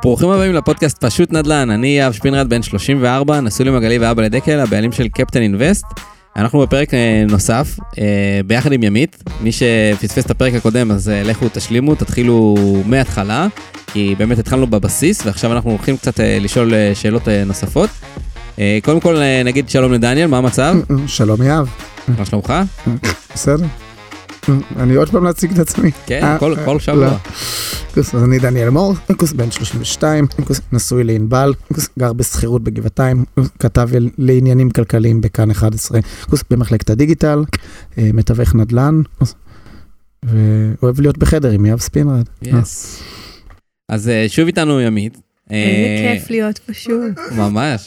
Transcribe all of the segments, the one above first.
ברוכים הבאים לפודקאסט פשוט נדל"ן, אני יאב שפינרד בן 34, נשוי למגלי ואבא לדקל, הבעלים של קפטן אינבסט. אנחנו בפרק נוסף, ביחד עם ימית. מי שפספס את הפרק הקודם, אז לכו תשלימו, תתחילו מההתחלה, כי באמת התחלנו בבסיס, ועכשיו אנחנו הולכים קצת לשאול שאלות נוספות. קודם כל נגיד שלום לדניאל, מה המצב? שלום יאב. מה שלומך? בסדר. אני עוד פעם להציג את עצמי. כן, כל שבוע. אז אני דניאל מור, בן 32, נשוי לענבל, גר בסחירות בגבעתיים, כתב לעניינים כלכליים בכאן 11, במחלקת הדיגיטל, מתווך נדל"ן, ואוהב להיות בחדר עם יאב ספינרד. אז שוב איתנו ימית. איזה כיף להיות פשוט. ממש.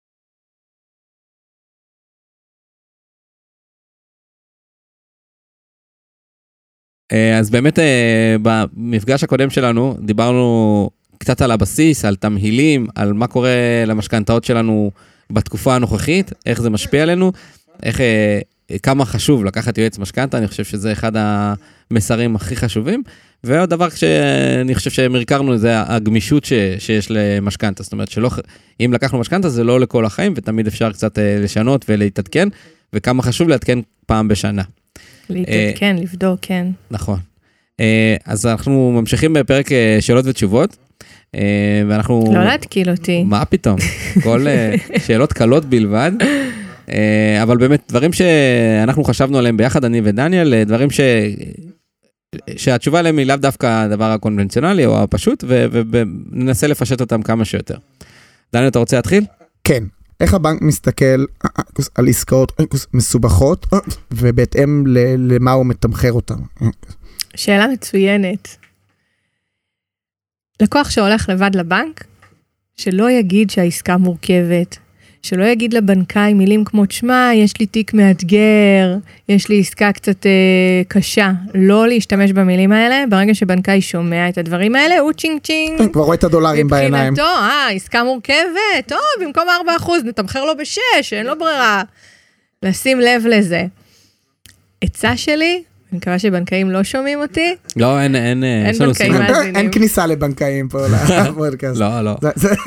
אז באמת במפגש הקודם שלנו דיברנו קצת על הבסיס, על תמהילים, על מה קורה למשכנתאות שלנו בתקופה הנוכחית, איך זה משפיע עלינו, כמה חשוב לקחת יועץ משכנתא, אני חושב שזה אחד המסרים הכי חשובים, ועוד דבר שאני חושב שמרכרנו זה הגמישות שיש למשכנתא, זאת אומרת אם לקחנו משכנתא זה לא לכל החיים, ותמיד אפשר קצת לשנות ולהתעדכן, וכמה חשוב להתעדכן פעם בשנה. להתעדכן, לבדוק, כן. נכון. אז אנחנו ממשיכים בפרק שאלות ותשובות, ואנחנו... לא להתקיל אותי. מה פתאום? כל שאלות קלות בלבד, אבל באמת דברים שאנחנו חשבנו עליהם ביחד, אני ודניאל, דברים שהתשובה עליהם היא לאו דווקא הדבר הקונבנציונלי או הפשוט, וננסה לפשט אותם כמה שיותר. דניאל, אתה רוצה להתחיל? כן. איך הבנק מסתכל על עסקאות מסובכות, ובהתאם למה הוא מתמחר אותם? שאלה מצוינת. לקוח שהולך לבד לבנק, שלא יגיד שהעסקה מורכבת, שלא יגיד לבנקאי מילים כמו, תשמע, יש לי תיק מאתגר, יש לי עסקה קצת קשה, לא להשתמש במילים האלה, ברגע שבנקאי שומע את הדברים האלה, הוא צ'ינג צ'ינג. כבר רואה את הדולרים בעיניים. מבחינתו, עסקה מורכבת, טוב, במקום 4%, נתמחר לו ב6, אין לו ברירה. לשים לב לזה. עצה שלי, אני מקווה שבנקאים לא שומעים אותי. לא, אין בנקאים מאזינים. אין כניסה לבנקאים פה לפודקאסט. לא.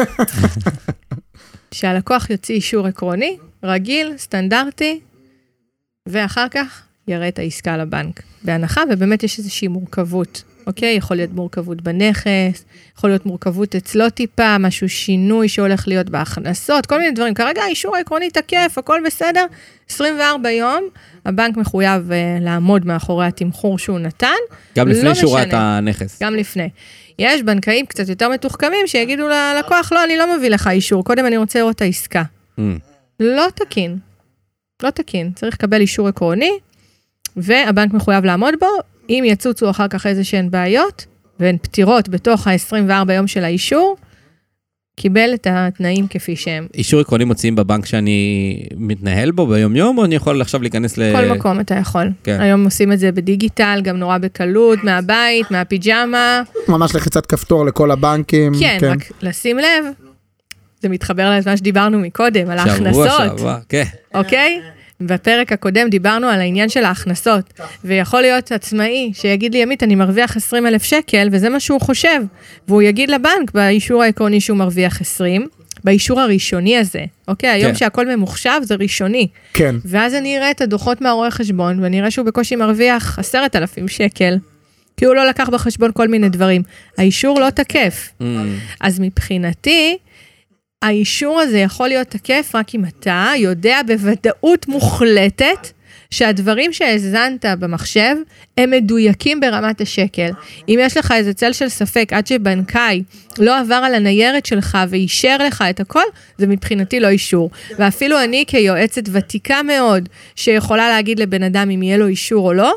שהלקוח יוציא אישור עקרוני, רגיל, סטנדרטי, ואחר כך יראה את העסקה לבנק. בהנחה, ובאמת יש איזושהי מורכבות, אוקיי? יכול להיות מורכבות בנכס, יכול להיות מורכבות אצלו טיפה, משהו שינוי שהולך להיות בהכנסות, כל מיני דברים. כרגע האישור העקרוני תקף, הכל בסדר, 24 יום, הבנק מחויב לעמוד מאחורי התמחור שהוא נתן. גם לפני שורת הנכס. גם לפני. יש בנקאים קצת יותר מתוחכמים שיגידו ללקוח, לא, אני לא מביא לך אישור, קודם אני רוצה לראות את העסקה. לא תקין. לא תקין. צריך לקבל אישור עקרוני, והבנק מחויב לעמוד בו, אם יצוצו אחר כך איזה שהן בעיות, והן פתירות בתוך ה-24 יום של האישור, קיבל את התנאים כפי שהם. אישור עקרוני מוציאים בבנק שאני מתנהל בו ביום יום, או אני יכול עכשיו להיכנס כל מקום אתה יכול. כן. היום עושים את זה בדיגיטל, גם נורא בקלות, מהבית, מהפיג'מה. ממש לחיצת כפתור לכל הבנקים. כן, רק לשים לב, זה מתחבר למה שדיברנו מקודם, על ההכנסות. שבוע, כן. אוקיי? בפרק הקודם דיברנו על העניין של ההכנסות, ויכול להיות עצמאי שיגיד לי, ימית, אני מרוויח 20,000 שקל, וזה מה שהוא חושב, והוא יגיד לבנק באישור העקרוני שהוא מרוויח 20, באישור הראשוני הזה, אוקיי? היום שהכל ממוחשב זה ראשוני. כן. ואז אני אראה את הדוחות מהרואה חשבון, ואני אראה שהוא בקושי מרוויח 10,000 שקל, כי הוא לא לקח בחשבון כל מיני דברים. האישור לא תקף. אז מבחינתי, האישור הזה יכול להיות תקף רק אם אתה יודע בוודאות מוחלטת שהדברים שהזנת במחשב הם מדויקים ברמת השקל. אם יש לך איזה צל של ספק עד שבנקאי לא עבר על הניירת שלך ואישר לך את הכל, זה מבחינתי לא אישור. ואפילו אני כיועצת ותיקה מאוד שיכולה להגיד לבן אדם אם יהיה לו אישור או לא,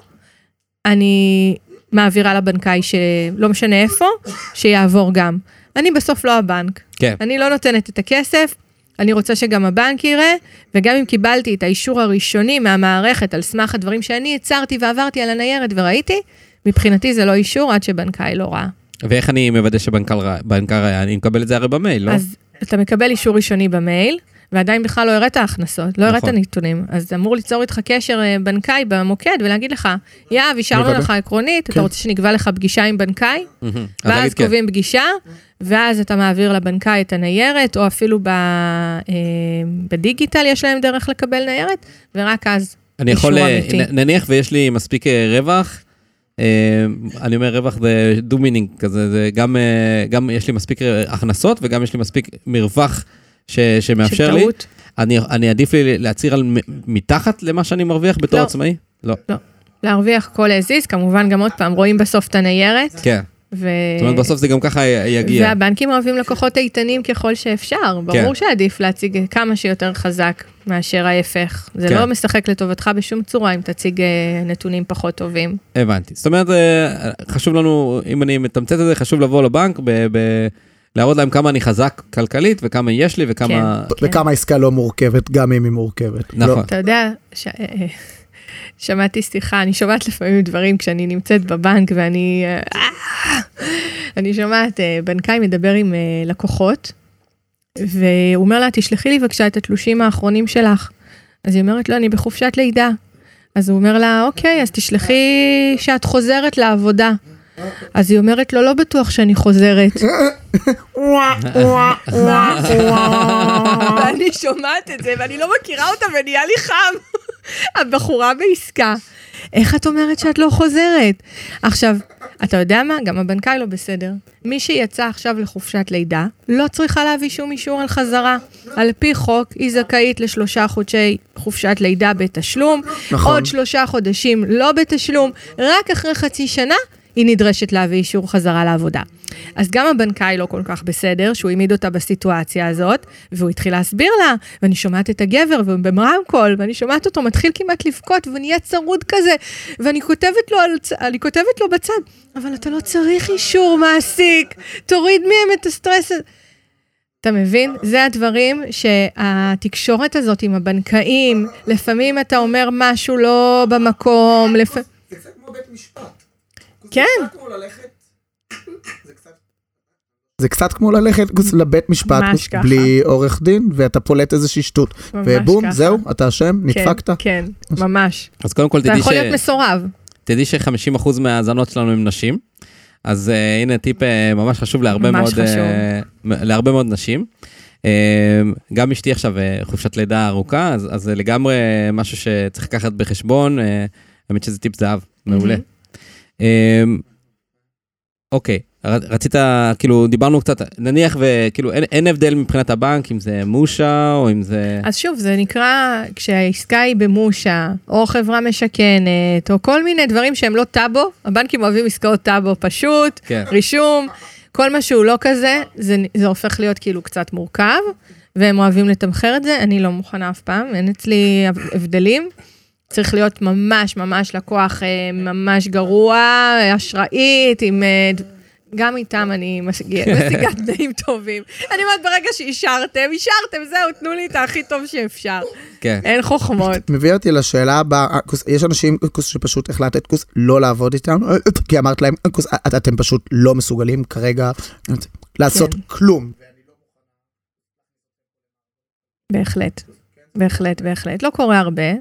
אני מעבירה לבנקאי שלא משנה איפה, שיעבור גם. אני בסוף לא הבנק. כן. אני לא נותנת את הכסף, אני רוצה שגם הבנק יראה, וגם אם קיבלתי את האישור הראשוני מהמערכת, על סמך הדברים שאני יצרתי ועברתי על הניירת וראיתי, מבחינתי זה לא אישור עד שבנקאי לא ראה. ואיך אני מוודא שבנקאי ראה? אני מקבל את זה הרי במייל, לא? אז אתה מקבל אישור ראשוני במייל, ועדיין בכלל לא הראת ההכנסות, לא הראת הנתונים, אז אמור ליצור איתך קשר בנקאי במוקד, ולהגיד לך, יאב, אישרנו לך עקרונית, אתה רוצה שנקבע לך פגישה עם בנקאי, ואז קובעים פגישה, ואז אתה מעביר לבנקאי את הניירת, או אפילו בדיגיטל יש להם דרך לקבל ניירת, ורק אז אישור אמיתי. נניח ויש לי מספיק רווח, אני אומר רווח זה דו מינינג כזה, זה גם יש לי מספיק הכנסות, וגם יש לי מספיק מרווח שמאפשר לי. אני עדיף לי להצהיר על מתחת למה שאני מרוויח בתור עצמאי? לא. להרוויח כל הזיז, כמובן גם עוד פעם, רואים בסוף את הניירת. כן. זאת אומרת, בסוף זה גם ככה יגיע. והבנקים אוהבים לקוחות איתנים ככל שאפשר. ברור שעדיף להציג כמה שיותר חזק מאשר ההפך. זה לא משחק לטובתך בשום צורה אם תציג נתונים פחות טובים. הבנתי. זאת אומרת, חשוב לנו, אם אני מתמצת את זה, חשוב לבוא לבנק, להראות להם כמה אני חזק כלכלית, וכמה יש לי, וכמה... וכמה עסקה לא מורכבת, גם אם היא מורכבת. נכון. אתה יודע, שמעתי שיחה, אני שומעת לפעמים דברים כשאני נמצאת בבנק, ואני שומעת, בנקאי מדבר עם לקוחות, והוא אומר לה, תשלחי לי בבקשה את התלושים האחרונים שלך. אז היא אומרת לו, אני בחופשת לידה. אז הוא אומר לה, אוקיי, אז תשלחי שאת חוזרת לעבודה. אז היא אומרת לו, לא בטוח שאני חוזרת. ואני שומעת את זה, ואני לא מכירה אותה, ונהיה לי חם. הבחורה בעסקה. איך את אומרת שאת לא חוזרת? עכשיו, אתה יודע מה? גם הבנקאי לא בסדר. מי שיצא עכשיו לחופשת לידה, לא צריכה להביא שום אישור על חזרה. על פי חוק, היא זכאית ל3 חודשי חופשת לידה בתשלום, עוד 3 חודשים לא בתשלום, רק אחרי חצי שנה, היא נדרשת להביא אישור חזרה לעבודה. אז גם הבנקאי לא כל כך בסדר, שהוא העמיד אותה בסיטואציה הזאת, והוא התחיל להסביר לה, ואני שומעת את הגבר, ובמרמקול, ואני שומעת אותו מתחיל כמעט לבכות, ונהיה צרוד כזה, ואני כותבת לו בצד, אבל אתה לא צריך אישור מעסיק, תוריד מהם את הסטרס. אתה מבין? זה הדברים שהתקשורת הזאת עם הבנקאים, לפעמים אתה אומר משהו לא במקום, זה קצת כמו בית משפט. כן. זה קצת כמו ללכת לבית משפט בלי עורך דין, ואתה פולט איזושהי שטות. ובום, זהו, אתה אשם, נדפקת. כן, ממש. אז קודם כל אתה יכול להיות מסורב. תדעי ש50% מההאזנות שלנו הם נשים, אז הנה טיפ ממש חשוב להרבה מאוד נשים. גם אשתי עכשיו חופשת לידה ארוכה, אז זה לגמרי משהו שצריך לקחת בחשבון, האמת שזה טיפ זהב, מעולה. אוקיי, רצית, כאילו, דיברנו קצת, נניח וכאילו, אין הבדל מבחינת הבנק, אם זה מושה, או אם זה... אז שוב, זה נקרא, כשהעסקה היא במושה, או חברה משכנת, או כל מיני דברים שהם לא טאבו, הבנקים אוהבים עסקאות טאבו פשוט, כן. רישום, כל מה שהוא לא כזה, זה הופך להיות כאילו קצת מורכב, והם אוהבים לתמחר את זה, אני לא מוכנה אף פעם, אין אצלי הבדלים, צריך להיות ממש ממש לקוח ממש גרוע, אשראית, עם... גם איתם אני משיגת תנאים טובים. אני אומרת, ברגע שאישרתם, זהו, תנו לי את הכי טוב שאפשר. אין חוכמות. מביא אותי לשאלה הבאה, יש אנשים שפשוט החלטת לא לעבוד איתם, כי אמרת להם, אתם פשוט לא מסוגלים כרגע לעשות כלום. בהחלט, בהחלט, בהחלט. לא קורה הרבה.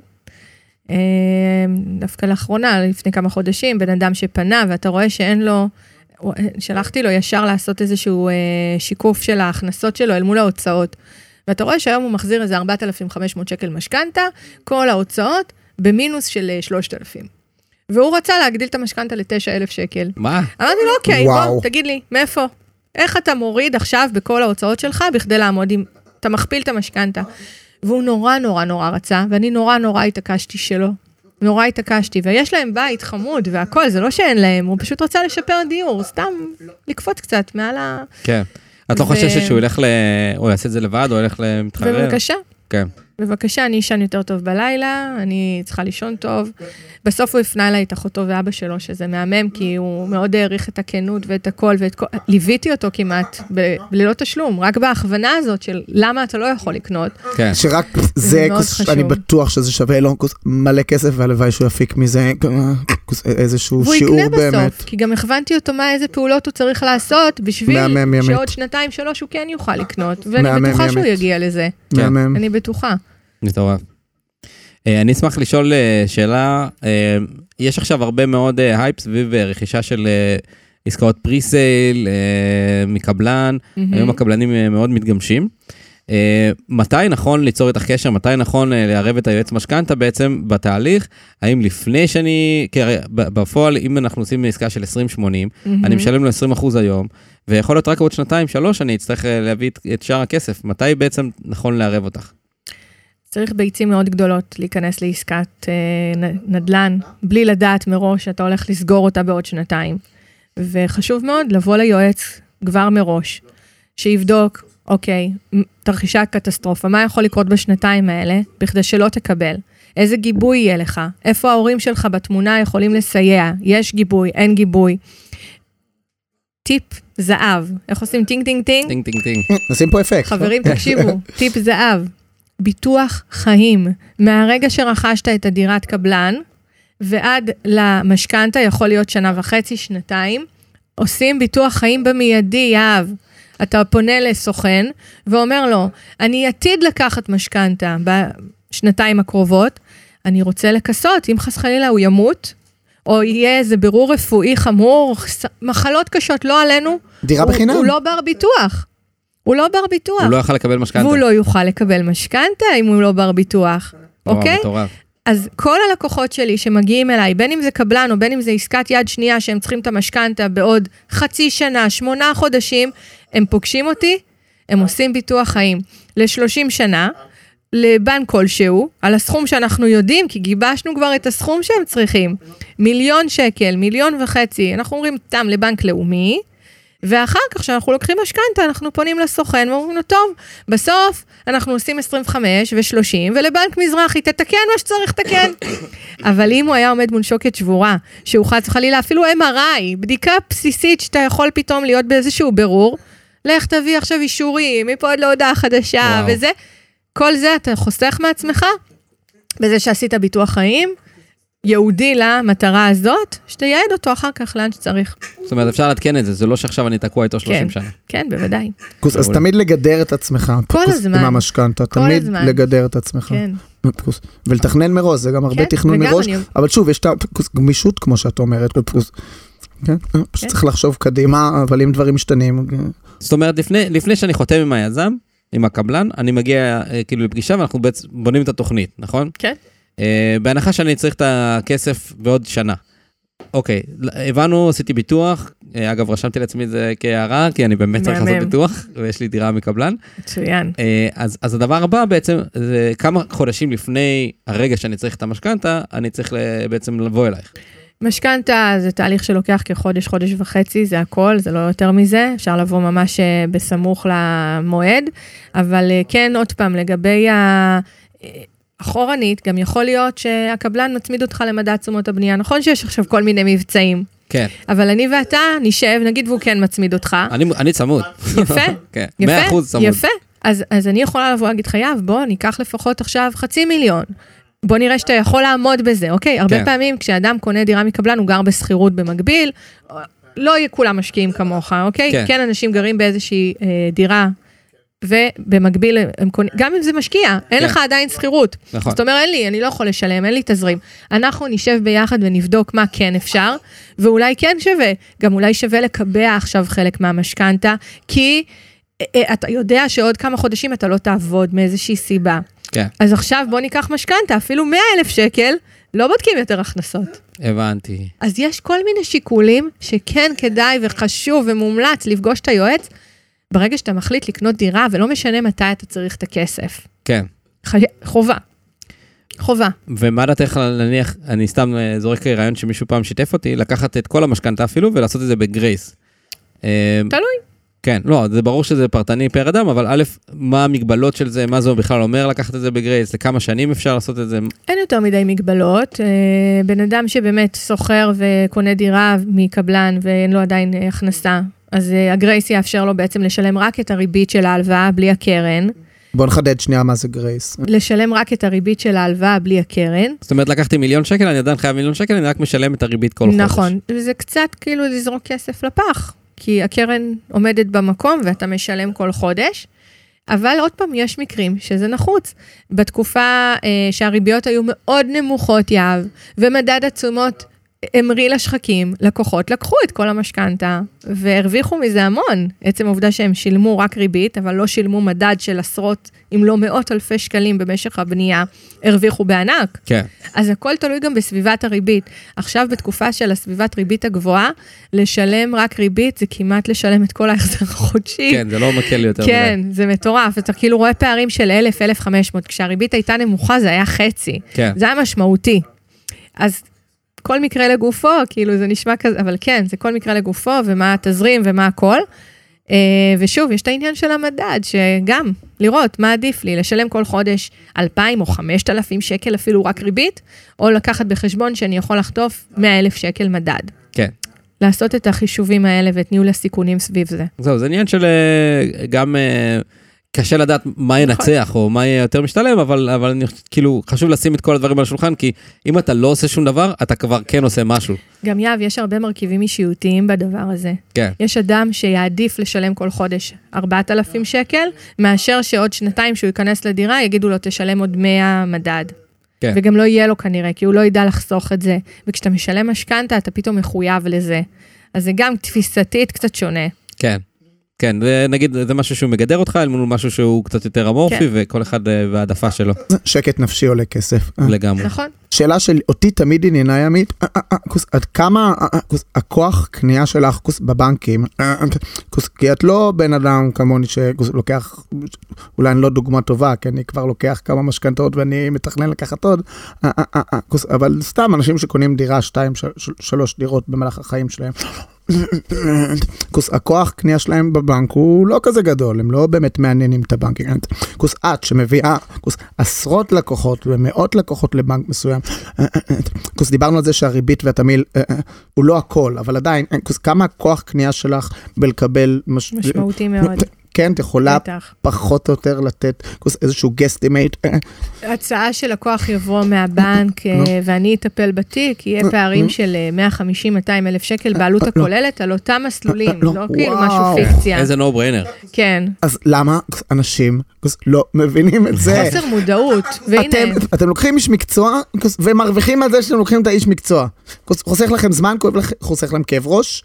דווקא לאחרונה, לפני כמה חודשים, בן אדם שפנה, ואתה רואה שאין לו... שלחתי לו ישר לעשות איזשהו שיקוף של ההכנסות שלו אל מול ההוצאות. ואתה רואה שהיום הוא מחזיר איזה 4,500 שקל משכנתה, כל ההוצאות במינוס של 3,000. והוא רצה להגדיל את המשכנתה ל9,000 שקל. מה? אמרתי לו, אוקיי, בוא, תגיד לי, מאיפה? איך אתה מוריד עכשיו בכל ההוצאות שלך, בכדי לעמוד עם, אתה מכפיל את המשכנתה. והוא נורא נורא נורא רצה, ואני נורא נורא התעקשתי שלו. נורא התעקשתי, ויש להם בית חמוד והכל, זה לא שאין להם, הוא פשוט רצה לשפר דיור, סתם לקפוץ קצת מעל ה... כן. את לא חוששת שהוא ילך הוא יעשה את זה לבד, או ילך למתחרר? בבקשה. כן. בבקשה, אני אשן יותר טוב בלילה, אני צריכה לישון טוב. בסוף הוא הפנה אליי את אחותו ואבא שלו, שזה מהמם, כי הוא מאוד העריך את הכנות ואת הכל, ליוויתי אותו כמעט, ללא תשלום, רק בהכוונה הזאת של למה אתה לא יכול לקנות. כן. שרק זה, אני בטוח שזה שווה לו מלא כסף, והלוואי שהוא יפיק מזה איזשהו שיעור באמת. והוא יקנה בסוף, כי גם הכוונתי אותו איזה פעולות הוא צריך לעשות, בשביל שעוד 2-3 הוא כן יוכל לקנות, ואני בטוחה שהוא יגיע לזה. אני בטוחה. מטורף. אני אשמח לשאול שאלה, יש עכשיו הרבה מאוד הייפ סביב רכישה של עסקאות פריסייל, מקבלן, היום הקבלנים מאוד מתגמשים. מתי נכון ליצור איתך קשר, מתי נכון לערב את היועץ משכנתא בעצם בתהליך, האם לפני שאני, כי בפועל אם אנחנו עושים עסקה של 20-80, אני משלם לו 20% היום, ויכול להיות רק עוד 2-3 אני אצטרך להביא את שאר הכסף, מתי בעצם נכון לערב אותך? צריך ביצים מאוד גדולות להיכנס לעסקת נדל"ן, בלי לדעת מראש שאתה הולך לסגור אותה בעוד 2. וחשוב מאוד לבוא ליועץ כבר מראש, שיבדוק, אוקיי, תרחישת קטסטרופה, מה יכול לקרות ב2 האלה, בכדי שלא תקבל? איזה גיבוי יהיה לך? איפה ההורים שלך בתמונה יכולים לסייע? יש גיבוי, אין גיבוי. טיפ זהב. איך עושים טינג טינג טינג? טינג טינג טינג. נשים פה אפקט. חברים, תקשיבו, טיפ זהב. ביטוח חיים. מהרגע שרכשת את הדירת קבלן, ועד למשכנתא, יכול להיות 1.5 שנה, 2, עושים ביטוח חיים במיידי, יאהב. אתה פונה לסוכן, ואומר לו, אני עתיד לקחת משכנתא בשנתיים הקרובות, אני רוצה לכסות, אם חס חלילה הוא ימות, או יהיה איזה בירור רפואי חמור, מחלות קשות, לא עלינו. דירה בחינם. הוא לא בר ביטוח. הוא לא בר ביטוח. הוא לא יוכל לקבל משכנתא. והוא לא יוכל לקבל משכנתא אם הוא לא בר ביטוח. אוקיי? אז כל הלקוחות שלי שמגיעים אליי, בין אם זה קבלן או בין אם זה עסקת יד שנייה, שהם צריכים את המשכנתא בעוד 0.5 שנה, 8 חודשים, הם פוגשים אותי, הם עושים ביטוח חיים ל-30 שנה, לבנק כלשהו, על הסכום שאנחנו יודעים, כי גיבשנו כבר את הסכום שהם צריכים, 1,000,000 שקל, 1.5 מיליון, אנחנו אומרים תם לבנק לאומי, ואחר כך שאנחנו לוקחים משכנתא, אנחנו פונים לסוכן ואומרים לו, טוב, בסוף אנחנו עושים 25 ו-30, ולבנק מזרחי תתקן מה שצריך לתקן. אבל אם הוא היה עומד מול שוקת שבורה, שהוא חס וחלילה, אפילו MRI, בדיקה בסיסית שאתה יכול פתאום להיות באיזשהו ברור, לך תביא עכשיו אישורים, מפה עוד להודעה חדשה, וזה, כל זה אתה חוסך מעצמך, בזה שעשית ביטוח חיים, יהודי למטרה הזאת, שתייעד אותו אחר כך לאן שצריך. זאת אומרת, אפשר להתקן את זה, זה לא שעכשיו אני תקוע איתו 30 שנה. כן, בוודאי. אז תמיד לגדר את עצמך. כל הזמן. עם המשכנתא, תמיד לגדר את עצמך. כן. ולתכנן מראש, זה גם הרבה תכנון מראש, אבל שוב, יש את הגמישות, כמו שאת אומרת, פשוט צריך לחשוב קדימה, אבל אם דברים משתנים. זאת אומרת, לפני שאני חותם עם היזם, עם הקבלן, אני מגיע כאילו לפגישה, ואנחנו בונים את התוכנית, נכון? כן. בהנחה שאני צריך את הכסף בעוד שנה. אוקיי, הבנו, עשיתי ביטוח, אגב, רשמתי לעצמי את זה כהערה, כי אני באמת צריך לעשות ביטוח, ויש לי דירה מקבלן. מצוין. אז הדבר הבא בעצם, זה כמה חודשים לפני הרגע שאני צריך את המשכנתא, אני צריך בעצם לבוא אלייך. משכנתא זה תהליך שלוקח כחודש, חודש וחצי, זה הכל, זה לא יותר מזה, אפשר לבוא ממש בסמוך למועד, אבל כן, עוד פעם, לגבי אחורנית, גם יכול להיות שהקבלן מצמיד אותך למדד תשומות הבנייה, נכון שיש עכשיו כל מיני מבצעים, כן. אבל אני ואתה נשב, נגיד והוא כן מצמיד אותך. אני צמוד. יפה. כן. 100% צמוד. יפה. אז אני יכולה לבוא להגיד חייב, בוא ניקח לפחות עכשיו 500,000. בוא נראה שאתה יכול לעמוד בזה, אוקיי? הרבה פעמים כשאדם קונה דירה מקבלן, הוא גר בסחירות במקביל, לא יהיה כולם משקיעים כמוך, אוקיי? כן, אנשים גרים באיזושהי דירה, ובמקביל, גם אם זה משקיע, אין לך עדיין סחירות. נכון. זאת אומרת, אני לא יכול לשלם, אין לי תזרים. אנחנו נשב ביחד ונבדוק מה כן אפשר, ואולי כן שווה, גם אולי שווה לקבע עכשיו חלק מהמשכנתא, כי אתה יודע שעוד כמה חודשים אתה לא תעבוד מאיזושהי סיבה. כן. אז עכשיו בוא ניקח משכנתא, אפילו 100,000 שקל, לא בודקים יותר הכנסות. הבנתי. אז יש כל מיני שיקולים שכן כדאי וחשוב ומומלץ לפגוש את היועץ, ברגע שאתה מחליט לקנות דירה, ולא משנה מתי אתה צריך את הכסף. כן. חובה. חובה. ומה דעתך להניח, אני סתם זורק רעיון שמישהו פעם שיתף אותי, לקחת את כל המשכנתא אפילו, ולעשות את זה בגרייס. תלוי. כן, לא, זה ברור שזה פרטני פר אדם, אבל א', מה המגבלות של זה, מה זה בכלל אומר לקחת את זה בגרייס, לכמה שנים אפשר לעשות את זה? אין יותר מדי מגבלות. בן אדם שבאמת סוחר וקונה דירה מקבלן ואין לו עדיין הכנסה, אז הגרייס יאפשר לו בעצם לשלם רק את הריבית של ההלוואה בלי הקרן. בוא נחדד שנייה מה זה גרייס. לשלם רק את הריבית של ההלוואה בלי הקרן. זאת אומרת, לקחתי $1,000,000, אני עדיין חייב $1,000,000, אני רק משלם את הריבית כל חודש. נכון, וזה קצת כאילו לזרוק כסף לפח, כי הקרן עומדת במקום ואתה משלם כל חודש, אבל עוד פעם יש מקרים שזה נחוץ. בתקופה שהריביות היו מאוד נמוכות יעב, ומדד התשומות המריא לשחקים, לקוחות לקחו את כל המשכנתה, והרוויחו מזה המון. עצם העובדה שהם שילמו רק ריבית, אבל לא שילמו מדד של עשרות, אם לא מאות אלפי שקלים במשך הבנייה, הרוויחו בענק. כן. אז הכל תלוי גם בסביבת הריבית. עכשיו בתקופה של הסביבת ריבית הגבוהה, לשלם רק ריבית, זה כמעט לשלם את כל ההחזר החודשי. כן, זה לא מקל לי יותר. כן, זה מטורף. אתה כאילו רואה פערים של 1,000-1,500, כשהריבית הייתה נמוכה, זה היה חצי. כן. זה היה משמעותי. אז כל מקרה לגופו, כאילו זה נשמע כזה, אבל כן, זה כל מקרה לגופו, ומה התזרים ומה הכל. ושוב, יש את העניין של המדד, שגם לראות מה עדיף לי, לשלם כל חודש 2,000 או 5,000 שקל אפילו רק ריבית, או לקחת בחשבון שאני יכול לחטוף 100,000 שקל מדד. כן. לעשות את החישובים האלה ואת ניהול הסיכונים סביב זה. זהו, זה עניין של גם קשה לדעת מה ינצח, או מה יהיה יותר משתלם, אבל כאילו חשוב לשים את כל הדברים על השולחן, כי אם אתה לא עושה שום דבר, אתה כבר כן עושה משהו. גם יאב, יש הרבה מרכיבים אישיותיים בדבר הזה. כן. יש אדם שיעדיף לשלם כל חודש 4,000 שקל, מאשר שעוד שנתיים שהוא ייכנס לדירה, יגידו לו תשלם עוד 100 מדד. כן. וגם לא יהיה לו כנראה, כי הוא לא ידע לחסוך את זה. וכשאתה משלם משכנתה, אתה פתאום מחויב לזה. אז זה גם תפיסתית קצת שונה. כן. כן, נגיד, זה משהו שהוא מגדר אותך, אל מול משהו שהוא קצת יותר אמורפי, כן. וכל אחד והעדפה שלו. שקט נפשי עולה כסף. לגמרי. נכון. שאלה של אותי תמיד עניינה ימית, עד כמה הכוח קנייה שלך בבנקים, כי את לא בן אדם כמוני שלוקח, אולי אני לא דוגמה טובה, כי אני כבר לוקח כמה משכנתאות ואני מתכנן לקחת עוד, אבל סתם אנשים שקונים דירה, 2-3 דירות במהלך החיים שלהם, הכוח קנייה שלהם בבנק הוא לא כזה גדול, הם לא באמת מעניינים את הבנקים. את שמביאה עשרות לקוחות ומאות לקוחות לבנק מסוים, דיברנו על זה שהריבית והתמיל הוא לא הכל, אבל עדיין, כמה כוח קנייה שלך בלקבל משמעותי מאוד. כן, את יכולה פחות או יותר לתת איזשהו גסטימייט. הצעה של לקוח יבוא מהבנק ואני אטפל בתיק, יהיה פערים של 150-200 אלף שקל בעלות הכוללת על אותם מסלולים, לא כאילו משהו פיקציה. איזה no brainer. כן. אז למה אנשים לא מבינים את זה? חוסר מודעות, והנה. אתם לוקחים איש מקצוע ומרוויחים על זה שאתם לוקחים את האיש מקצוע. חוסך לכם זמן, חוסך לכם כאב ראש,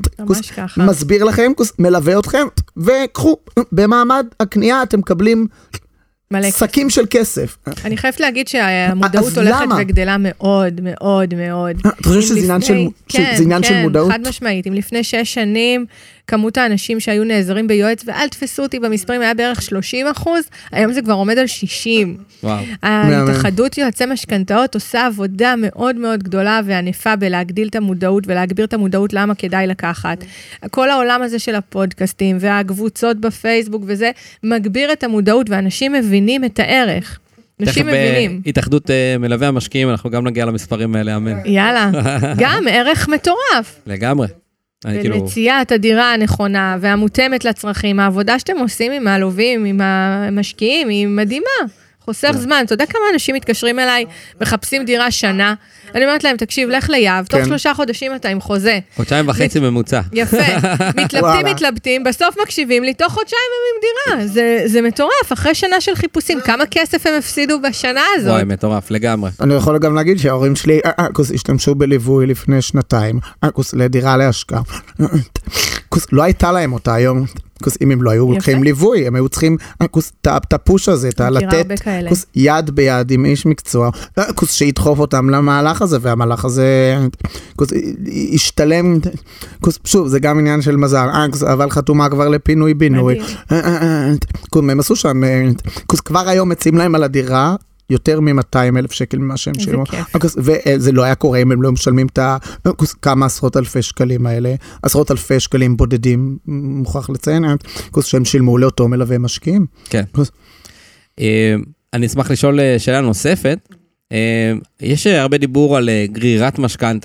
מסביר לכם, מלווה אתכם, וקחו, במעמד הקנייה אתם מקבלים שקים של כסף. אני חייבת להגיד שהמודעות הולכת וגדלה מאוד, מאוד, מאוד. אתה חושב שזה עניין של מודעות? כן, חד משמעית. אם לפני 6 שנים, כמות האנשים שהיו נעזרים ביועץ, ואל תפסו אותי במספרים, היה בערך 30%, היום זה כבר עומד על 60%. ההתאחדות יועצי משכנתאות עושה עבודה מאוד מאוד גדולה וענפה בלהגדיל את המודעות ולהגביר את המודעות למה כדאי לקחת. כל העולם הזה של הפודקאסטים והקבוצות בפייסבוק וזה, מגביר את המודעות ואנשים מבינים את הערך. אנשים מבינים. בהתאחדות מלווה המשקיעים, אנחנו גם נגיע למספרים האלה, אמן. יאללה, גם ערך מטורף. לגמרי. ומציאת הדירה הנכונה והמותאמת לצרכים, העבודה שאתם עושים עם הלווים, עם המשקיעים, היא מדהימה. חוסך זמן, אתה יודע כמה אנשים מתקשרים אליי, מחפשים דירה שנה, אני אומרת להם, תקשיב, לך ליעב, תוך 3 חודשים אתה עם חוזה. 1.5 חודשים ממוצע. יפה, מתלבטים, בסוף מקשיבים לי, תוך 2 הם עם דירה, זה מטורף, אחרי שנה של חיפושים, כמה כסף הם הפסידו בשנה הזאת? וואי, מטורף, לגמרי. אני יכול גם להגיד שההורים שלי, השתמשו בליווי לפני 2, לדירה להשקעה, לא הייתה להם אותה היום, אם הם לא היו לוקחים ליווי, הם היו צריכים את הפוש הזה, לתת יד ביד עם איש מקצוע, שידחוף אותם למהלך הזה, והמהלך הזה ישתלם, שוב, זה גם עניין של מזל, אבל חתומה כבר לפינוי בינוי, הם עשו שם, כבר היום מציעים להם על הדירה, יותר מ-200,000 שקל ממה שהם שילמו. וזה לא היה קורה אם הם לא משלמים את כמה עשרות אלפי שקלים האלה, עשרות אלפי שקלים בודדים, מוכרח לציין, שהם שילמו לאותו מלווה משקיעים. כן. אני אשמח לשאול שאלה נוספת. יש הרבה דיבור על גרירת משכנתה.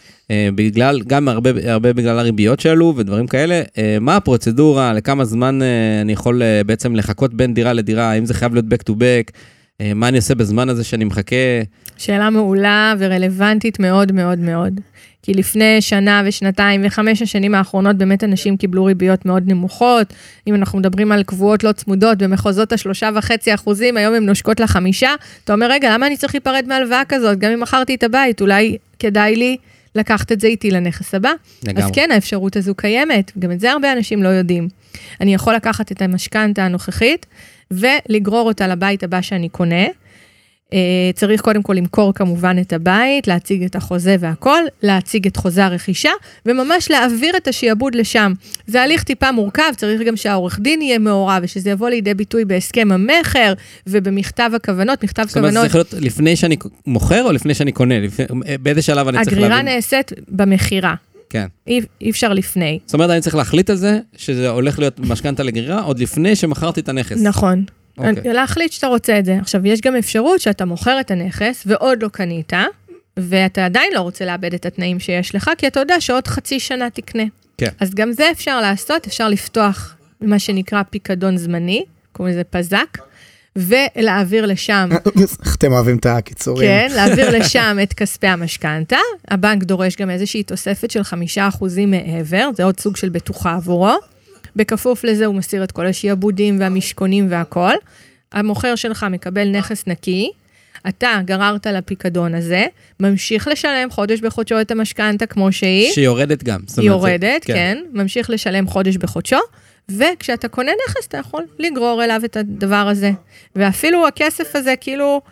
גם הרבה בגלל הריביות שלו ודברים כאלה. מה הפרוצדורה, לכמה זמן אני יכול בעצם לחכות בין דירה לדירה, האם זה חייב להיות back to back, מה אני עושה בזמן הזה שאני מחכה? שאלה מעולה ורלוונטית מאוד מאוד מאוד. כי לפני שנה ושנתיים ו5 השנים האחרונות באמת אנשים קיבלו ריביות מאוד נמוכות. אם אנחנו מדברים על קבועות לא צמודות במחוזות 3.5%, היום הן נושקות ל5%. אתה אומר, רגע, למה אני צריך להיפרד מהלוואה כזאת? גם אם מכרתי את הבית, אולי כדאי לי לקחת את זה איתי לנכס הבא. לגמרי. אז כן, האפשרות הזו קיימת. גם את זה הרבה אנשים לא יודעים. אני יכול לקחת את המשכנתה הנוכחית ולגרור אותה לבית הבא שאני קונה. צריך קודם כל למכור כמובן את הבית, להציג את החוזה והכל, להציג את חוזה הרכישה, וממש להעביר את השיעבוד לשם. זה הליך טיפה מורכב, צריך גם שהעורך דין יהיה מעורב, ושזה יבוא לידי ביטוי בהסכם המחר, ובמכתב הכוונות, מכתב כוונות. זאת אומרת, זה צריך להיות לפני שאני מוכר, או לפני שאני קונה? באיזה שלב אני צריך להבין? הגרירה נעשית במכירה. כן. אי אפשר לפני. זאת אומרת, אני צריך להחליט על זה, שזה הולך להיות משכנתה לגרירה, עוד לפני שמכרתי את הנכס. נכון. להחליט שאתה רוצה את זה. עכשיו, יש גם אפשרות שאתה מוכר את הנכס, ועוד לא קנית, ואתה עדיין לא רוצה לאבד את התנאים שיש לך, כי אתה יודע שעוד חצי שנה תקנה. כן. אז גם זה אפשר לעשות, אפשר לפתוח מה שנקרא פיקדון זמני, קוראים לזה פזק, ולהעביר לשם... אתם אוהבים את הקיצורים. כן, להעביר לשם את כספי המשכנתה. הבנק דורש גם איזושהי תוספת של 5% מעבר, זה עוד סוג של בטוחה עבורו. בכפוף לזה הוא מסיר את כל השיעבודים והמשכונים והכל. המוכר שלך מקבל נכס נקי, אתה גררת לפיקדון הזה, ממשיך לשלם חודש בחודשו את המשכנתה כמו שהיא. שהיא יורדת גם. היא יורדת, כן. ממשיך לשלם חודש בחודשו, וכשאתה קונה נכס אתה יכול לגרור אליו את הדבר הזה. ואפילו הכסף הזה כאילו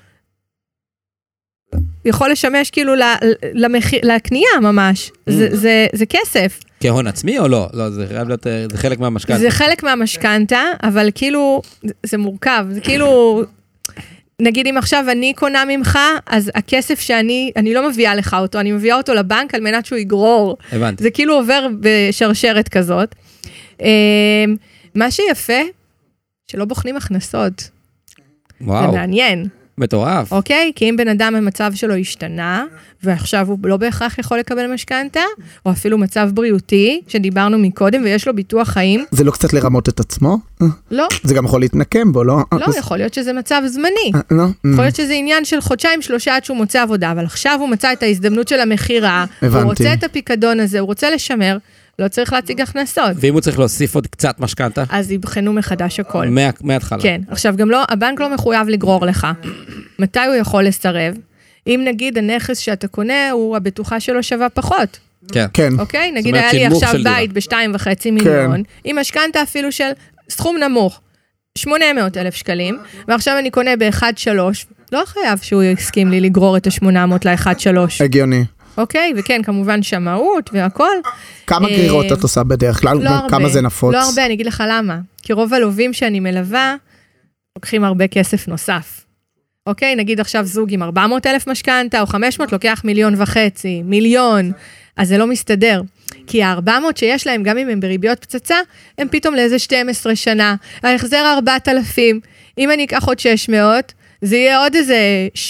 יכול לשמש כאילו לקנייה ממש. זה כסף. כהון עצמי או לא? לא, זה חייב להיות, זה חלק מהמשכנתה. זה חלק מהמשכנתה, אבל כאילו, זה מורכב, זה כאילו, נגיד אם עכשיו אני קונה ממך, אז הכסף שאני לא מביאה לך אותו, אני מביאה אותו לבנק על מנת שהוא יגרור. הבנתי. זה כאילו עובר בשרשרת כזאת. מה שיפה, שלא בוחנים הכנסות. וואו. זה מעניין. מטורף. אוקיי? כי אם בן אדם המצב שלו השתנה, ועכשיו הוא לא בהכרח יכול לקבל משכנתה, או אפילו מצב בריאותי, שדיברנו מקודם, ויש לו ביטוח חיים. זה לא קצת לרמות את עצמו? לא. זה גם יכול להתנקם בו, לא? לא, יכול להיות שזה מצב זמני. לא. יכול להיות שזה עניין של 1-3 עד שהוא מוצא עבודה, אבל עכשיו הוא מצא את ההזדמנות של המחירה, הוא רוצה את הפיקדון הזה, הוא רוצה לשמר, לא צריך להציג הכנסות. ואם הוא צריך להוסיף עוד קצת משכנתה? אז יבחנו מחדש הכל. מההתחלה. כן. עכשיו, גם לא, הבנק לא מחויב לגרור לך. מתי הוא יכול לסרב? אם נגיד הנכס שאתה קונה, הוא הבטוחה שלו שווה פחות. כן. אוקיי? נגיד היה לי עכשיו בית ב2.5 מיליון, עם משכנתה אפילו של סכום נמוך, 800,000 שקלים, ועכשיו אני קונה ב1.3, לא חייב שהוא יסכים לי לגרור את ה800 ל1.3. הגיוני. אוקיי, וכן, כמובן שמאות והכל. כמה גרירות את עושה בדרך כלל? כמה זה נפוץ? לא הרבה, אני אגיד לך למה. כי רוב הלווים שאני מלווה, לוקחים הרבה כסף נוסף. אוקיי, נגיד עכשיו זוג עם 400,000 משכנתה, או 500, לוקח 1.5 מיליון, מיליון, אז זה לא מסתדר. כי ה400 שיש להם, גם אם הם בריביות פצצה, הם פתאום לאיזה 12 שנה. ההחזר 4,000, אם אני אקח עוד 600, זה יהיה עוד איזה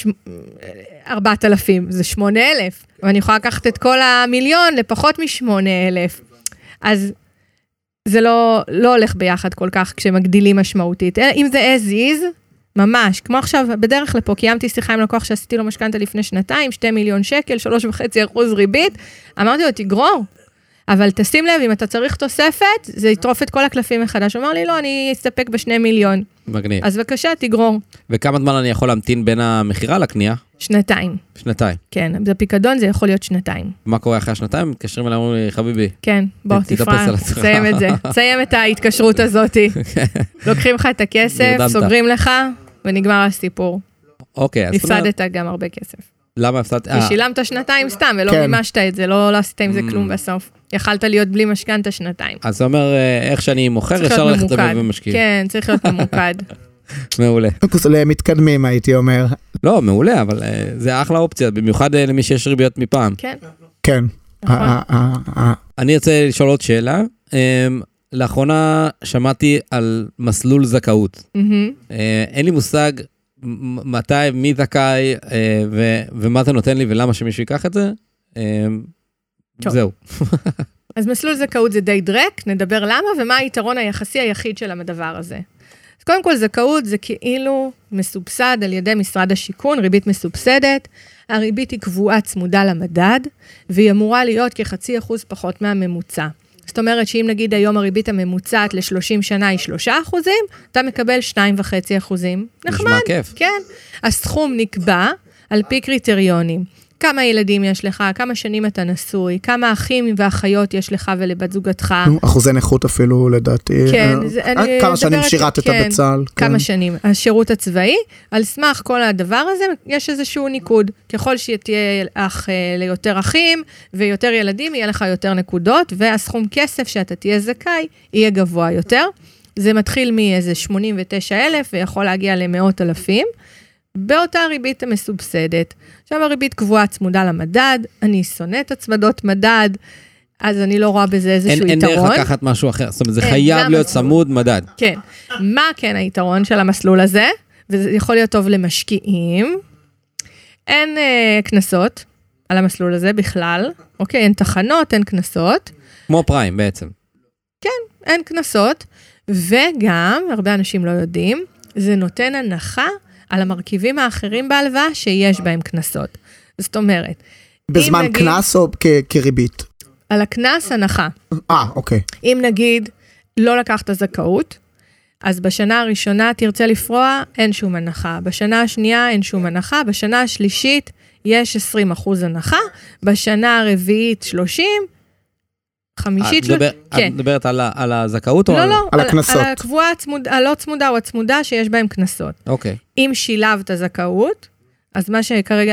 4,000, זה 8,000. ואני יכולה לקחת את כל המיליון לפחות מ8,000. אז זה לא הולך ביחד כל כך כשמגדילים משמעותית. אלא אם זה as is, ממש, כמו עכשיו, בדרך לפה, קיימתי שיחה עם לקוח שעשיתי לו משכנתה לפני 2 מיליון שקל, 3.5% ריבית, אמרתי לו, תגרור, אבל תשים לב, אם אתה צריך תוספת, זה יטרוף את כל הקלפים מחדש. הוא אמר לי, לא, אני אסתפק ב2 מיליון. מגניב. אז בבקשה, תגרור. וכמה זמן אני יכול להמתין בין המחירה לקנייה? 2. 2. כן, בפיקדון זה יכול להיות 2. מה קורה אחרי 2? מתקשרים אליי, אומרים לי, חביבי. כן, בוא, תפרע, תסיים את זה. תסיים את ההתקשרות הזאת. לוקחים לך את הכסף, סוגרים לך, ונגמר הסיפור. אוקיי, אז... הפסדת גם הרבה כסף. למה הפסדת? כי שילמת 2 סתם, ולא מימשת את זה, לא עשית עם זה כלום בסוף. יכלת להיות בלי משכנתה 2. אז זה אומר, איך שאני מוכר, אפשר ללכת לבוא ומשקיע. כן, צריך להיות ממוקד. מעולה. למתקדמים הייתי אומר. לא, מעולה, אבל זה אחלה אופציה, במיוחד למי שיש ריביות מפעם. כן. כן. אני רוצה לשאול עוד שאלה. לאחרונה שמעתי על מסלול זכאות. אין לי מושג מתי, מי זכאי, ומה זה נותן לי ולמה שמישהו ייקח את זה. זהו. אז מסלול זכאות זה די דרק, נדבר למה ומה היתרון היחסי היחיד של הדבר הזה. אז קודם כל זכאות זה כאילו מסובסד על ידי משרד השיכון, ריבית מסובסדת, הריבית היא קבועה צמודה למדד, והיא אמורה להיות כ0.5% פחות מהממוצע. זאת אומרת שאם נגיד היום הריבית הממוצעת ל-30 שנה היא 3%, אתה מקבל 2.5%. נחמד. נשמע כיף. כן. הסכום נקבע על פי קריטריונים. כמה ילדים יש לך, כמה שנים אתה נשוי, כמה אחים ואחיות יש לך ולבת זוגתך. אחוזי נכות אפילו לדעתי. כן. כמה שנים שירתת בצה"ל. כמה שנים. השירות הצבאי, על סמך כל הדבר הזה, יש איזשהו ניקוד. ככל שתהיה אח ליותר אחים ויותר ילדים, יהיה לך יותר נקודות, והסכום כסף שאתה תהיה זכאי, יהיה גבוה יותר. זה מתחיל מאיזה 89,000 ויכול להגיע למאות אלפים. באותה ריבית המסובסדת. עכשיו הריבית קבועה צמודה למדד, אני שונאת הצמדות מדד, אז אני לא רואה בזה איזשהו יתרון. אין דרך לקחת משהו אחר, זאת אומרת, זה חייב להיות צמוד מדד. כן. מה כן היתרון של המסלול הזה? וזה יכול להיות טוב למשקיעים. אין כנסות על המסלול הזה בכלל, אוקיי? אין תחנות, אין כנסות. כמו פריים בעצם. כן, אין כנסות, וגם, הרבה אנשים לא יודעים, זה נותן הנחה על המרכיבים האחרים בהלוואה שיש בהם כנסות. זאת אומרת, בזמן כנס או כריבית? על הכנס הנחה. אוקיי. אם נגיד לא לקחת זכאות, אז בשנה הראשונה תרצה לפרוע, אין שום הנחה. בשנה השנייה אין שום הנחה, בשנה השלישית יש 20% הנחה, בשנה הרביעית 30%, חמישית, את מדברת על הזכאות או על... לא, על הכנסות? על הקבועה הלא צמודה או הצמודה שיש בהם כנסות. אוקיי. אם שילבת זכאות, אז מה שכרגע,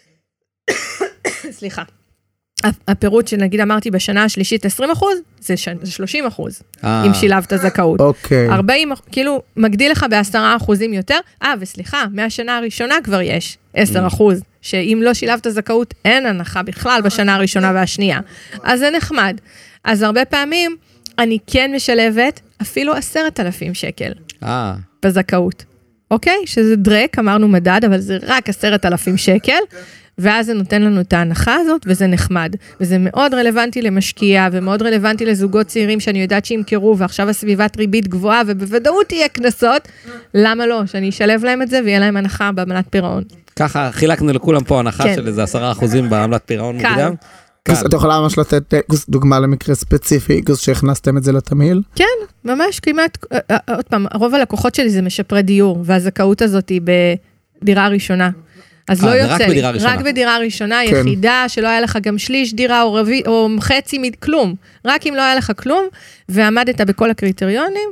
סליחה, הפירוט שנגיד אמרתי בשנה השלישית 20%, זה 30%, אם שילבת זכאות. אוקיי. 40, כאילו, מגדיל לך ב10% יותר, וסליחה, מהשנה הראשונה כבר יש 10%, שאם לא שילבת זכאות, אין הנחה בכלל בשנה הראשונה והשנייה. אז זה נחמד. אז הרבה פעמים, אני כן משלבת אפילו 10,000 שקל בזכאות. אוקיי? שזה דרק, אמרנו מדד, אבל זה רק 10,000 שקל, ואז זה נותן לנו את ההנחה הזאת, וזה נחמד. וזה מאוד רלוונטי למשקיע, ומאוד רלוונטי לזוגות צעירים שאני יודעת שימכרו, ועכשיו הסביבת ריבית גבוהה, ובוודאות תהיה כנסות. למה לא? שאני אשלב להם את זה, ויהיה להם הנחה בעמלת פירעון. ככה חילקנו לכולם פה הנחה של איזה 10% בעמלת פירעון מוקדם. אתה יכולה ממש לתת דוגמה למקרה ספציפי, שהכנסתם את זה לתמהיל? כן, ממש כמעט, עוד פעם, רוב הלקוחות שלי זה משפרי דיור, והזכאות הזאת היא בדירה ראשונה. אז לא יוצא לי, רק בדירה ראשונה, יחידה שלא היה לך גם שליש דירה או חצי מכלום, רק אם לא היה לך כלום, ועמדת בכל הקריטריונים,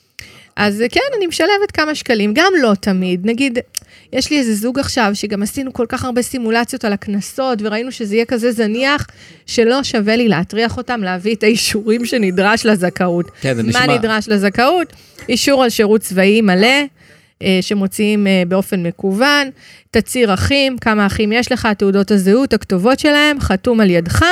אז כן, אני משלבת כמה שקלים, גם לא תמיד, נגיד, יש לי איזה זוג עכשיו, שגם עשינו כל כך הרבה סימולציות על הכנסות, וראינו שזה יהיה כזה זניח, שלא שווה לי להטריח אותם, להביא את האישורים שנדרש לזכאות. כן, זה נשמע. מה נדרש לזכאות? אישור על שירות צבאי מלא, שמוציאים באופן מקוון, תצהיר אחים, כמה אחים יש לך, תעודות הזהות, הכתובות שלהם, חתום על ידך,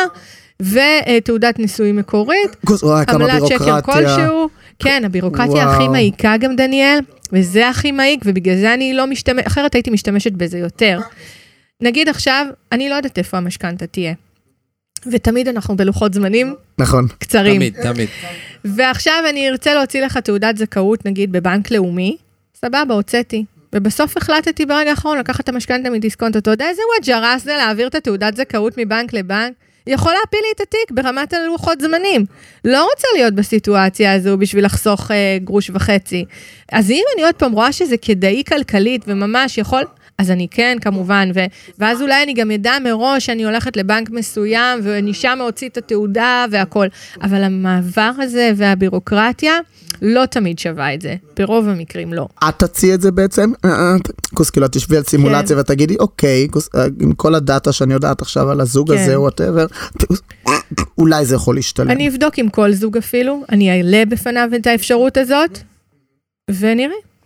ותעודת ניסוי מקורית, עמלת שקר כלשהו, כן, הבירוקרטיה הכי מעיקה גם דניאל, וזה הכי מעיק, ובגלל זה אני לא משתמשת, אחרת הייתי משתמשת בזה יותר. נגיד עכשיו, אני לא יודעת איפה המשכנתא תהיה, ותמיד אנחנו בלוחות זמנים קצרים. תמיד. ועכשיו אני ארצה להוציא לך תעודת זכאות, נגיד בבנק לאומי, סבבה, הוצאתי. ובסוף החלטתי ברגע האחרון לקחת את המשכנתא מדיסקונט, אתה יודע איזה וואג'רס זה להעביר את התעודת זכאות מבנק לבנק? יכול להפיל לי את התיק ברמת הלוחות זמנים. לא רוצה להיות בסיטואציה הזו בשביל לחסוך גרוש וחצי. אז אם אני עוד פעם רואה שזה כדאי כלכלית וממש יכול, אז אני כן כמובן, ואז אולי אני גם ידע מראש שאני הולכת לבנק מסוים, ואני שם הוציא את התעודה והכל. אבל המעבר הזה והבירוקרטיה, לא תמיד שווה את זה. ברוב המקרים לא. את תציע את זה בעצם? כאילו, תשבי על סימולציה ותגידי, אוקיי, עם כל הדאטה שאני יודעת עכשיו על הזוג הזה, או whatever, אולי זה יכול להשתלם. אני אבדוק עם כל זוג אפילו, אני אעלה בפניו את האפשרות הזאת, ונראה.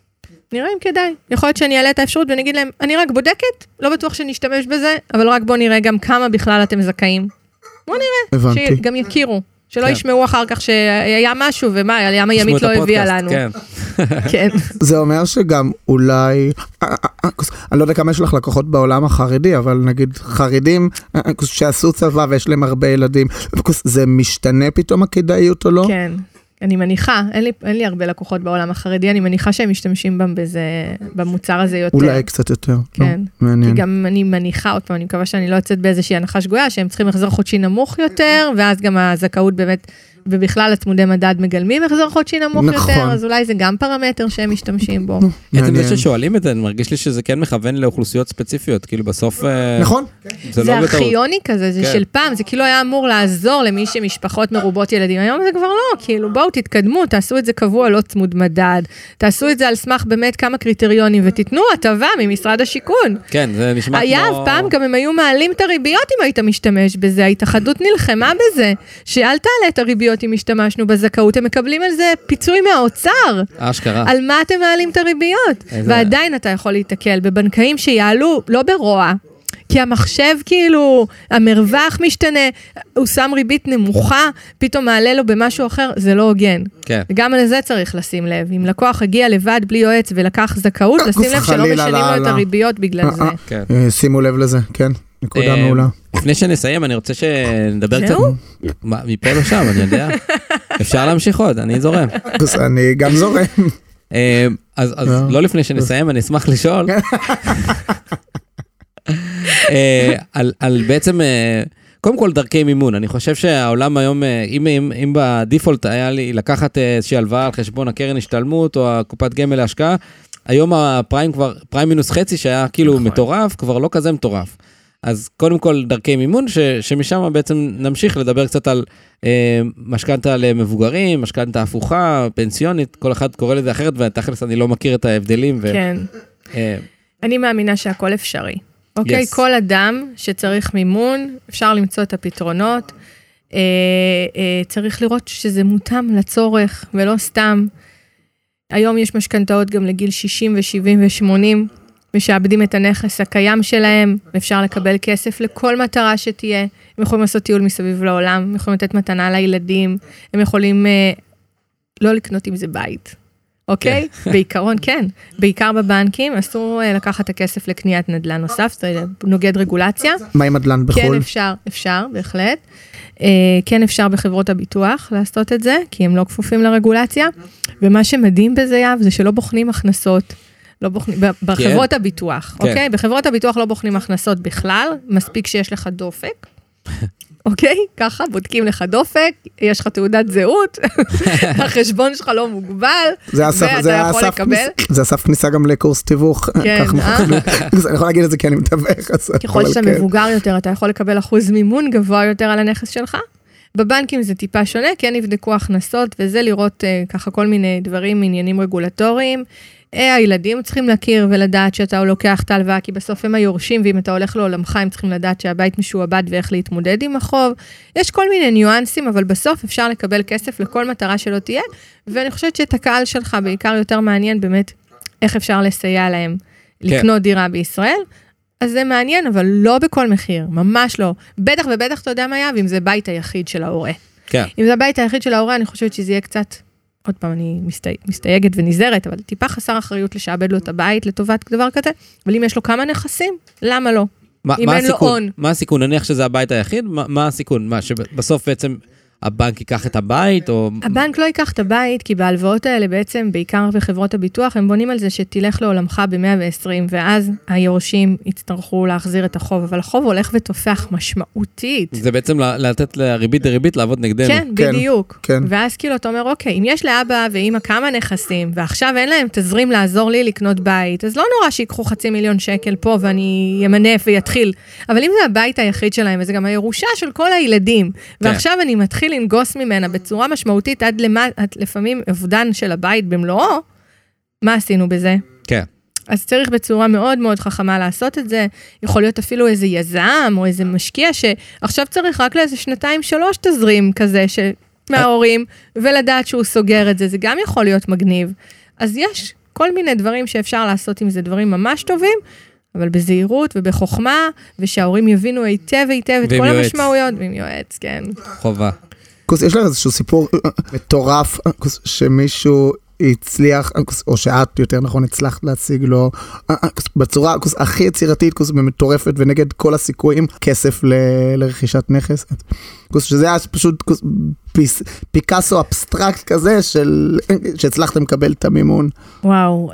נראה אם כדאי. יכול להיות שאני אעלה את האפשרות ונגיד להם, אני רק בודקת, לא בטוח שנשתמש בזה, אבל רק בוא נראה גם כמה בכלל אתם זכאים. בוא נראה, הבנתי. שגם יכירו. שלא ישמעו אחר כך שהיה משהו, ומה, ים הימית לא הביאה לנו. כן. זה אומר שגם אולי, אני לא יודע כמה יש לך לקוחות בעולם החרדי, אבל נגיד חרדים שעשו צבא ויש להם הרבה ילדים, זה משתנה פתאום הכדאיות או לא? כן. אני מניחה, אין לי הרבה לקוחות בעולם החרדי, אני מניחה שהם משתמשים במוצר הזה יותר. אולי קצת יותר. כן. כי גם אני מניחה, עוד פעם, אני מקווה שאני לא יוצאת באיזושהי הנחה שגויה, שהם צריכים החזר חודשי נמוך יותר, ואז גם הזכאות באמת, ובכלל הצמודי מדד מגלמים החזר חודשי נמוך יותר, אז אולי זה גם פרמטר שהם משתמשים בו. עצם זה ששואלים את זה, אני מרגיש לי שזה כן מכוון לאוכלוסיות ספציפיות, כאילו בסוף... נכון. זה ארכיוני כזה, זה של פעם, זה כאילו היה אמור לעזור למי שמשפחות מרובות ילדים, היום זה כבר לא, כאילו בואו תתקדמו, תעשו את זה קבוע, לא צמוד מדד, תעשו את זה על סמך באמת כמה קריטריונים, ותיתנו הטבה ממשרד השיכון. כן, זה נשמע כמו... היה, פעם גם הם היו מעלים את הריביות אם היית משתמש בזה, ההתאחדות נלחמה בזה, שאל תעלה את הריביות אם השתמשנו בזכאות, הם מקבלים על זה פיצוי מהאוצר. אשכרה. על מה אתם מעלים את הריביות? ועדיין אתה יכול להתקל בבנקאים שיעלו, לא ברוע, כי המחשב כאילו, המרווח משתנה, הוא שם ריבית נמוכה, פתאום מעלה לו במשהו אחר, זה לא הוגן. כן. וגם על זה צריך לשים לב. אם לקוח הגיע לבד בלי יועץ ולקח זכאות, לשים לב שלא משנים לו את הריביות בגלל זה. שימו לב לזה, כן. נקודה מעולה. לפני שנסיים, אני רוצה שנדבר קצת... מפה לא שם, אני יודע. אפשר להמשיך עוד, אני זורם. אני גם זורם. אז לא לפני שנסיים, אני אשמח לשאול. על בעצם, קודם כל דרכי מימון. אני חושב שהעולם היום, אם בדיפולט היה לי לקחת איזושהי הלוואה על חשבון הקרן השתלמות, או הקופת גמל להשקעה, היום הפריים כבר, פריים מינוס חצי, שהיה כאילו מטורף, כבר לא כזה מטורף. אז קודם כל דרכי מימון, שמשם בעצם נמשיך לדבר קצת על משכנתה למבוגרים, משכנתה הפוכה, פנסיונית, כל אחד קורא לזה אחרת, ותכלס אני לא מכיר את ההבדלים. כן. אני מאמינה שהכל אפשרי. אוקיי? כל אדם שצריך מימון, אפשר למצוא את הפתרונות, צריך לראות שזה מותאם לצורך, ולא סתם. היום יש משכנתאות גם לגיל 60 ו-70 ו-80, משעבדים את הנכס הקיים שלהם, ואפשר לקבל כסף לכל מטרה שתהיה. הם יכולים לעשות טיול מסביב לעולם, הם יכולים לתת מתנה לילדים, הם יכולים לא לקנות עם זה בית. אוקיי? בעיקרון כן. בעיקר בבנקים, אסור לקחת את הכסף לקניית נדל"ן נוסף, זה נוגד רגולציה. מה עם נדל"ן בחול? כן, אפשר, בהחלט. כן אפשר בחברות הביטוח לעשות את זה, כי הם לא כפופים לרגולציה. ומה שמדהים בזה, יאב, זה שלא בוחנים הכנסות. בחברות הביטוח, אוקיי? בחברות הביטוח לא בוחנים הכנסות בכלל, מספיק שיש לך דופק, אוקיי? ככה, בודקים לך דופק, יש לך תעודת זהות, החשבון שלך לא מוגבל, ואתה יכול לקבל. זה אסף כניסה גם לקורס תיווך. כן, אני יכול להגיד את זה כי אני מתווך. ככל שאתה מבוגר יותר, אתה יכול לקבל אחוז מימון גבוה יותר על הנכס שלך. בבנקים זה טיפה שונה, כי הם יבדקו הכנסות, וזה לראות ככה כל מיני דברים, עניינים רגולטוריים. הילדים צריכים להכיר ולדעת שאתה לוקח את ההלוואה, כי בסוף הם היורשים, ואם אתה הולך לעולמך, הם צריכים לדעת שהבית משועבד ואיך להתמודד עם החוב. יש כל מיני ניואנסים, אבל בסוף אפשר לקבל כסף לכל מטרה שלא תהיה, ואני חושבת שאת הקהל שלך בעיקר יותר מעניין באמת איך אפשר לסייע להם לקנות דירה בישראל. אז זה מעניין, אבל לא בכל מחיר, ממש לא. בטח ובטח אתה יודע מה היה, ואם זה בית היחיד של ההורה. כן. אם זה הבית היחיד של ההורה, אני חושבת שזה יהיה קצת, עוד פעם אני מסתייגת ונזהרת, אבל טיפה חסר אחריות לשעבד לו את הבית לטובת דבר כזה, אבל אם יש לו כמה נכסים, למה לא? אם אין לו הון. מה הסיכון? נניח שזה הבית היחיד, מה הסיכון? מה, שבסוף בעצם הבנק ייקח את הבית, או... הבנק לא ייקח את הבית, כי בהלוואות האלה בעצם, בעיקר בחברות הביטוח, הם בונים על זה שתלך לעולמך ב-120, ואז היורשים יצטרכו להחזיר את החוב, אבל החוב הולך ותופח משמעותית. זה בעצם לתת לריבית דריבית לעבוד נגדנו. כן, בדיוק. כן. ואז כאילו אתה אומר, אוקיי, אם יש לאבא ואמא כמה נכסים, ועכשיו אין להם תזרים לעזור לי לקנות בית, אז לא נורא שיקחו 500,000 שקל פה, ואני ימנף ויתחיל. אבל אם זה הבית היחיד שלהם, וזה גם הירושה של כל הילדים, ועכשיו אני מתחיל לנגוס ממנה בצורה משמעותית עד לפעמים אובדן של הבית במלואו, מה עשינו בזה? כן. אז צריך בצורה מאוד מאוד חכמה לעשות את זה, יכול להיות אפילו איזה יזם או איזה משקיע שעכשיו צריך רק לאיזה 2-3 תזרים כזה מההורים, ולדעת שהוא סוגר את זה, זה גם יכול להיות מגניב. אז יש כל מיני דברים שאפשר לעשות עם זה, דברים ממש טובים, אבל בזהירות ובחוכמה, ושההורים יבינו היטב את כל המשמעויות, ועם יועץ, כן. חובה. יש לך איזשהו סיפור מטורף, שמישהו הצליח, או שאת יותר נכון הצלחת להציג לו, בצורה הכי יצירתית ומטורפת ונגד כל הסיכויים, כסף לרכישת נכס. שזה היה פשוט פיקאסו אבסטרקט כזה, שהצלחתם לקבל את המימון. וואו,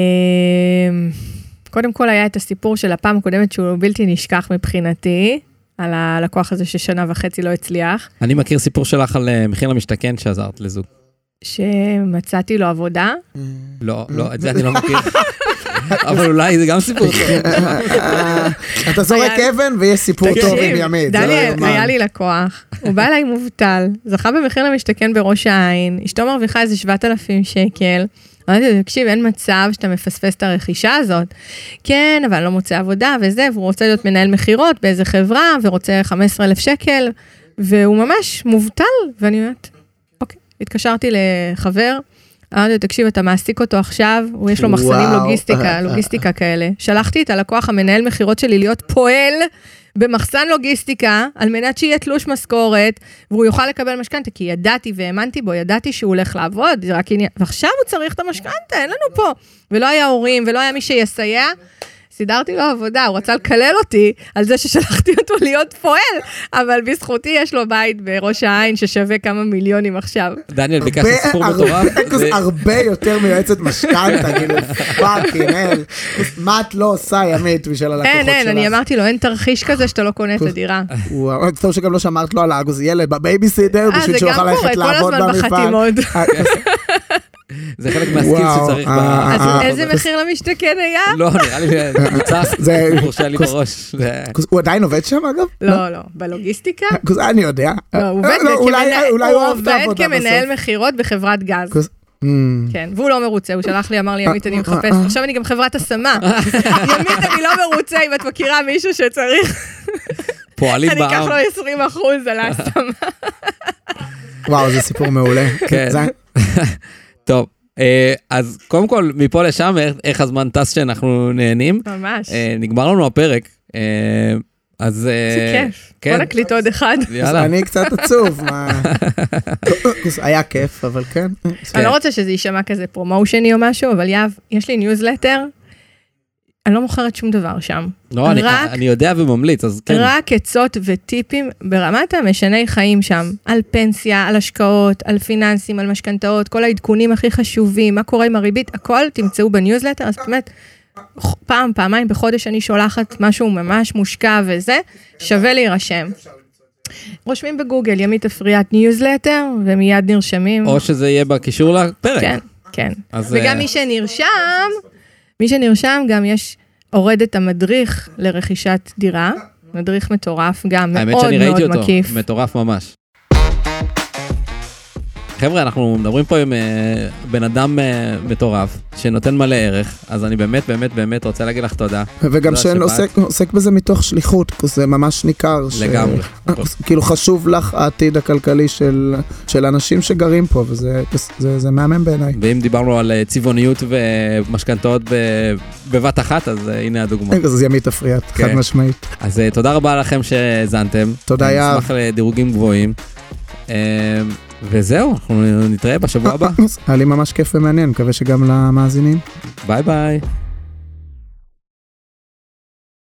קודם כל היה את הסיפור של הפעם הקודמת, שהוא בלתי נשכח מבחינתי, על הלקוח הזה ששנה וחצי לא הצליח. אני מכיר סיפור שלך על מחיר למשתכן שעזרת לזוג. שמצאתי לו עבודה. לא, את זה אני לא מכיר. אבל אולי זה גם סיפור טוב. אתה זורק אבן ויש סיפור טוב עם ימית. דניאל, היה לי לקוח, הוא בא אליי מובטל, זכה במחיר למשתכן בראש העין, אשתו מרוויחה איזה 7,000 שקל, אמרתי לו, תקשיב, אין מצב שאתה מפספס את הרכישה הזאת. כן, אבל אני לא מוצא עבודה וזה, והוא רוצה להיות מנהל מחירות באיזה חברה, ורוצה 15,000 שקל, והוא ממש מובטל, ואני אומרת, אוקיי, התקשרתי לחבר, אמרתי לו, תקשיב, אתה מעסיק אותו עכשיו, יש לו מחסנים לוגיסטיקה כאלה. שלחתי את הלקוח המנהל מחירות שלי להיות פועל במחסן לוגיסטיקה, על מנת שיהיה תלוש משכורת, והוא יוכל לקבל משכנתה, כי ידעתי והאמנתי בו, ידעתי שהוא הולך לעבוד, ועכשיו הוא צריך את המשכנתה, אין לנו פה. ולא היה הורים, ולא היה מי שיסייע. סידרתי לו עבודה, הוא רצה לקלל אותי על זה ששלחתי אותו להיות פועל, אבל בזכותי יש לו בית בראש העין ששווה כמה מיליונים עכשיו. דניאל, ביקשת סיפור מטורף. הרבה יותר מיועצת משכנתה, כאילו, פאקינג, מה את לא עושה ימית בשביל הלקוחות שלך? אין, אני אמרתי לו, אין תרחיש כזה שאתה לא קונה את הדירה. וואו, טוב שגם לא שמרת לו על האגוז ילד בבייביסיטר, בשביל שהוא יוכל ללכת לעבוד במפעל. זה חלק מהסקיל שצריך. אז איזה מחיר למשתכן היה? לא, נראה לי מוצח, זה מורשה לי בראש. הוא עדיין עובד שם אגב? לא, בלוגיסטיקה? אני יודע. הוא עובד כמנהל מחירות בחברת גז. כן, והוא לא מרוצה, הוא שלח לי, אמר לי, ימית, אני מחפש. עכשיו אני גם חברת השמה. ימית, אני לא מרוצה, אם את מכירה מישהו שצריך. פועלים בעם. אני אקח לו 20% על ההשמה. וואו, זה סיפור מעולה. טוב, אז קודם כל, מפה לשם, איך הזמן טס שאנחנו נהנים. ממש. נגמר לנו הפרק. אז... זה כיף. בוא נקליט עוד אחד. אני קצת עצוב. היה כיף, אבל כן. אני לא רוצה שזה יישמע כזה פרומושני או משהו, אבל יש לי ניוזלטר, אני לא מוכרת שום דבר שם. לא, אני יודע וממליץ, אז כן. רק עצות וטיפים ברמת המשני חיים שם, על פנסיה, על השקעות, על פיננסים, על משכנתאות, כל העדכונים הכי חשובים, מה קורה עם הריבית, הכל תמצאו בניוזלטר, אז באמת, פעמיים בחודש אני שולחת משהו ממש מושקע וזה, שווה להירשם. רושמים בגוגל, ימית אפריאט ניוזלטר, ומיד נרשמים. או שזה יהיה בקישור לפרק. כן, כן. וגם מי שנרשם, גם יש הורד את המדריך לרכישת דירה, מדריך מטורף, גם מאוד מאוד מקיף. האמת שאני ראיתי אותו, מטורף ממש. חבר'ה, אנחנו מדברים פה עם בן אדם מטורף, שנותן מלא ערך, אז אני באמת רוצה להגיד לך תודה. וגם שעוסק בזה מתוך שליחות, זה ממש ניכר. לגמרי. כאילו חשוב לך העתיד הכלכלי של אנשים שגרים פה, וזה מהמם בעיניי. ואם דיברנו על צבעוניות ומשכנתאות בבת אחת, אז הנה הדוגמה. אז ימית אפריאט, חד משמעית. אז תודה רבה לכם שהזנתם. תודה יאב. נשמח לדירוגים גבוהים. וזהו, אנחנו נתראה בשבוע הבא. היה לי ממש כיף ומעניין, מקווה שגם למאזינים. ביי ביי.